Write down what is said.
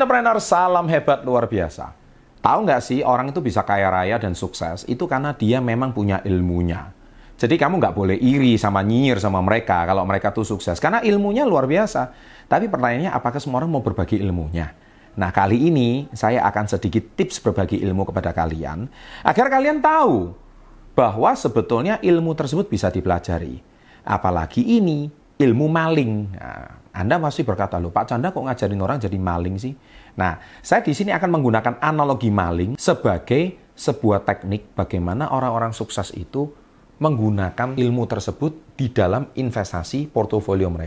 Entrepreneur, salam hebat luar biasa. Tahu nggak sih, orang itu bisa kaya raya dan sukses, itu karena dia memang punya ilmunya. Jadi kamu nggak boleh iri sama nyinyir sama mereka kalau mereka tuh sukses. Karena ilmunya luar biasa. Tapi pertanyaannya, apakah semua orang mau berbagi ilmunya? Nah, kali ini saya akan sedikit tips berbagi ilmu kepada kalian, agar kalian tahu bahwa sebetulnya ilmu tersebut bisa dipelajari. Apalagi ini ilmu maling. Nah, Anda pasti berkata, loh Pak Chandra kok ngajarin orang jadi maling sih? Nah, saya di sini akan menggunakan analogi maling sebagai sebuah teknik bagaimana orang-orang sukses itu menggunakan ilmu tersebut di dalam investasi portofolio mereka.